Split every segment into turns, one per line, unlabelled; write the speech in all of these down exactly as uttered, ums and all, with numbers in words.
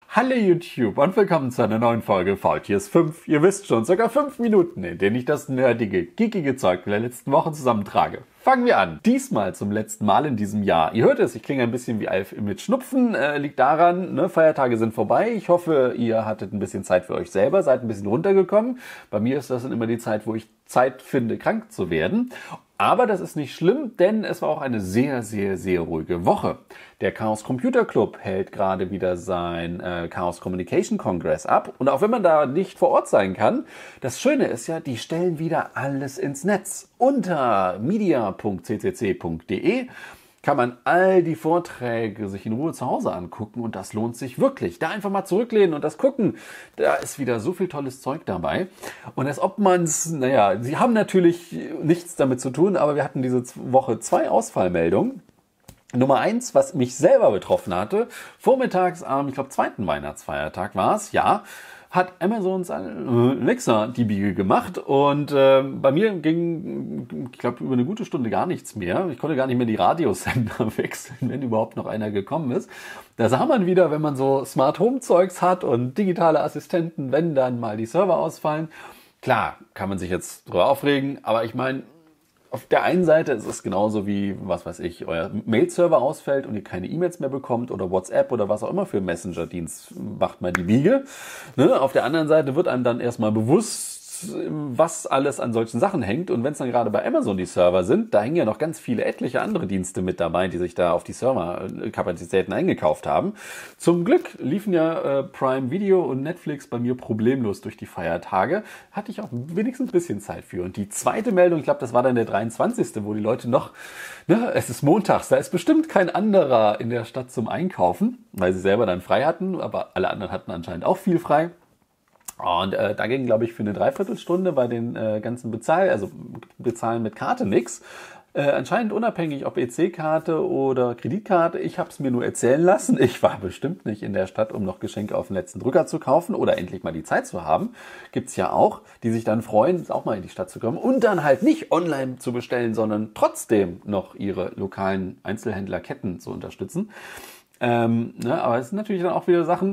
Hallo YouTube und willkommen zu einer neuen Folge Faultiers fünf. Ihr wisst schon, sogar fünf Minuten, in denen ich das nerdige, geekige Zeug der letzten Wochen zusammentrage. Fangen wir an. Diesmal zum letzten Mal in diesem Jahr. Ihr hört es, ich klinge ein bisschen wie Alf mit Schnupfen. Äh, liegt daran, ne, Feiertage sind vorbei. Ich hoffe, ihr hattet ein bisschen Zeit für euch selber, seid ein bisschen runtergekommen. Bei mir ist das dann immer die Zeit, wo ich Zeit finde, krank zu werden. Aber das ist nicht schlimm, denn es war auch eine sehr, sehr, sehr ruhige Woche. Der Chaos Computer Club hält gerade wieder sein äh, Chaos Communication Congress ab. Und auch wenn man da nicht vor Ort sein kann, das Schöne ist ja, die stellen wieder alles ins Netz. Unter media punkt c c c punkt d e kann man all die Vorträge sich in Ruhe zu Hause angucken und das lohnt sich wirklich. Da einfach mal zurücklehnen und das gucken. Da ist wieder so viel tolles Zeug dabei. Und als ob man es, naja, sie haben natürlich nichts damit zu tun, aber wir hatten diese Woche zwei Ausfallmeldungen. Nummer eins, was mich selber betroffen hatte, vormittags am, ich glaube, zweiten Weihnachtsfeiertag war es, ja, hat Amazons Alexa die Biege gemacht und äh, bei mir ging, ich glaube, über eine gute Stunde gar nichts mehr. Ich konnte gar nicht mehr die Radiosender wechseln, wenn überhaupt noch einer gekommen ist. Da sah man wieder, wenn man so Smart Home Zeugs hat und digitale Assistenten, wenn dann mal die Server ausfallen. Klar, kann man sich jetzt drüber aufregen, aber ich meine, auf der einen Seite ist es genauso wie, was weiß ich, euer Mail-Server ausfällt und ihr keine E-Mails mehr bekommt oder WhatsApp oder was auch immer für Messenger-Dienst, macht mal die Biege. Ne? Auf der anderen Seite wird einem dann erstmal bewusst, was alles an solchen Sachen hängt. Und wenn es dann gerade bei Amazon die Server sind, da hängen ja noch ganz viele etliche andere Dienste mit dabei, die sich da auf die Serverkapazitäten eingekauft haben. Zum Glück liefen ja äh, Prime Video und Netflix bei mir problemlos durch die Feiertage. Hatte ich auch wenigstens ein bisschen Zeit für. Und die zweite Meldung, ich glaube, das war dann der dreiundzwanzigste, wo die Leute noch, ne, es ist montags, da ist bestimmt kein anderer in der Stadt zum Einkaufen, weil sie selber dann frei hatten, aber alle anderen hatten anscheinend auch viel frei. Und äh, da ging, glaube ich, für eine Dreiviertelstunde bei den äh, ganzen Bezahl, also Bezahlen mit Karte nix. Äh, anscheinend unabhängig, ob E C-Karte oder Kreditkarte. Ich habe es mir nur erzählen lassen. Ich war bestimmt nicht in der Stadt, um noch Geschenke auf den letzten Drücker zu kaufen oder endlich mal die Zeit zu haben. Gibt's ja auch, die sich dann freuen, auch mal in die Stadt zu kommen und dann halt nicht online zu bestellen, sondern trotzdem noch ihre lokalen Einzelhändlerketten zu unterstützen. Ähm, ne, aber es sind natürlich dann auch wieder Sachen,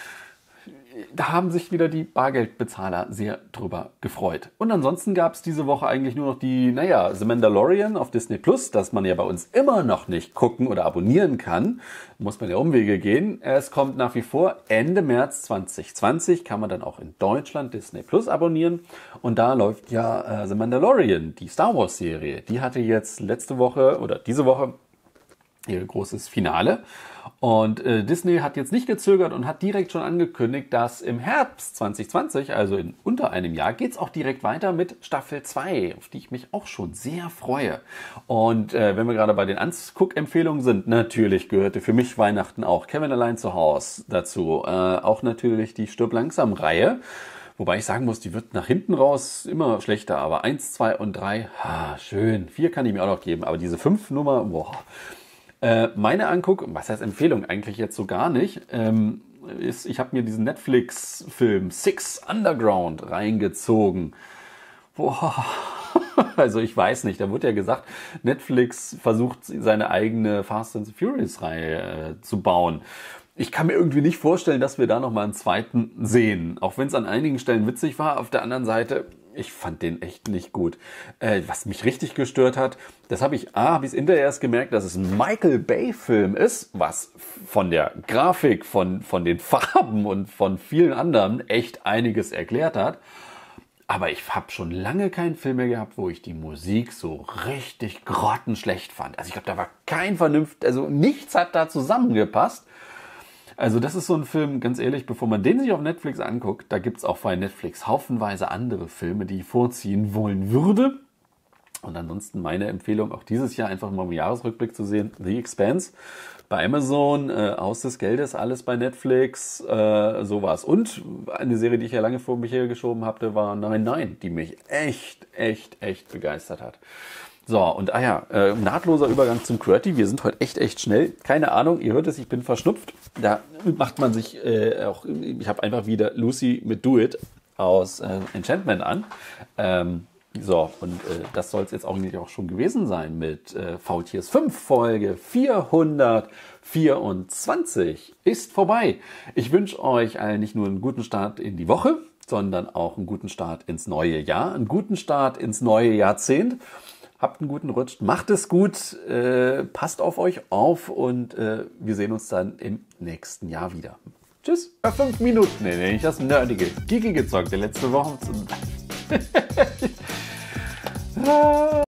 da haben sich wieder die Bargeldbezahler sehr drüber gefreut. Und ansonsten gab es diese Woche eigentlich nur noch die, naja, The Mandalorian auf Disney Plus, das man ja bei uns immer noch nicht gucken oder abonnieren kann. Muss man ja Umwege gehen. Es kommt nach wie vor Ende März zwanzig zwanzig, kann man dann auch in Deutschland Disney Plus abonnieren. Und da läuft ja äh, The Mandalorian, die Star Wars Serie. Die hatte jetzt letzte Woche oder diese Woche ihr großes Finale. Und äh, Disney hat jetzt nicht gezögert und hat direkt schon angekündigt, dass im Herbst zwanzig zwanzig, also in unter einem Jahr, geht's auch direkt weiter mit Staffel zwei, auf die ich mich auch schon sehr freue. Und äh, wenn wir gerade bei den Anguck-Empfehlungen sind, natürlich gehörte für mich Weihnachten auch Kevin allein zu Hause dazu. Äh, auch natürlich die Stirb langsam-Reihe. Wobei ich sagen muss, die wird nach hinten raus immer schlechter. Aber eins, zwei und drei, ha, schön. Vier kann ich mir auch noch geben. Aber diese fünf Nummer, boah. Meine Anguck, was heißt Empfehlung eigentlich jetzt so gar nicht, ähm, ist, ich habe mir diesen Netflix-Film Six Underground reingezogen. Boah, also ich weiß nicht, da wurde ja gesagt, Netflix versucht seine eigene Fast and Furious-Reihe äh, zu bauen. Ich kann mir irgendwie nicht vorstellen, dass wir da nochmal einen zweiten sehen. Auch wenn es an einigen Stellen witzig war, auf der anderen Seite, ich fand den echt nicht gut. Äh, was mich richtig gestört hat, das habe ich, A, habe ich es hinterher erst gemerkt, dass es ein Michael Bay-Film ist, was von der Grafik, von, von den Farben und von vielen anderen echt einiges erklärt hat. Aber ich habe schon lange keinen Film mehr gehabt, wo ich die Musik so richtig grottenschlecht fand. Also ich glaube, da war kein Vernunft, also nichts hat da zusammengepasst. Also das ist so ein Film, ganz ehrlich, bevor man den sich auf Netflix anguckt, da gibt's auch bei Netflix haufenweise andere Filme, die ich vorziehen wollen würde. Und ansonsten meine Empfehlung, auch dieses Jahr einfach mal im Jahresrückblick zu sehen, The Expanse bei Amazon, äh, Haus des Geldes, alles bei Netflix, äh, sowas. Und eine Serie, die ich ja lange vor mich hergeschoben hatte, war Nein, Nein, die mich echt, echt, echt begeistert hat. So, und ah ja, äh, nahtloser Übergang zum QWERTY. Wir sind heute echt, echt schnell. Keine Ahnung, ihr hört es, ich bin verschnupft. Da macht man sich äh, auch, ich habe einfach wieder Lucy mit Do It aus äh, Enchantment an. Ähm, So, und äh, das soll es jetzt eigentlich auch schon gewesen sein mit äh, Faultiers fünf. Folge vierhundertvierundzwanzig ist vorbei. Ich wünsche euch allen nicht nur einen guten Start in die Woche, sondern auch einen guten Start ins neue Jahr, einen guten Start ins neue Jahrzehnt. Habt einen guten Rutsch, macht es gut, äh, passt auf euch auf und äh, wir sehen uns dann im nächsten Jahr wieder. Tschüss. Ja, fünf Minuten, nenne ich das nerdige, geekige Zeug der letzten Wochen.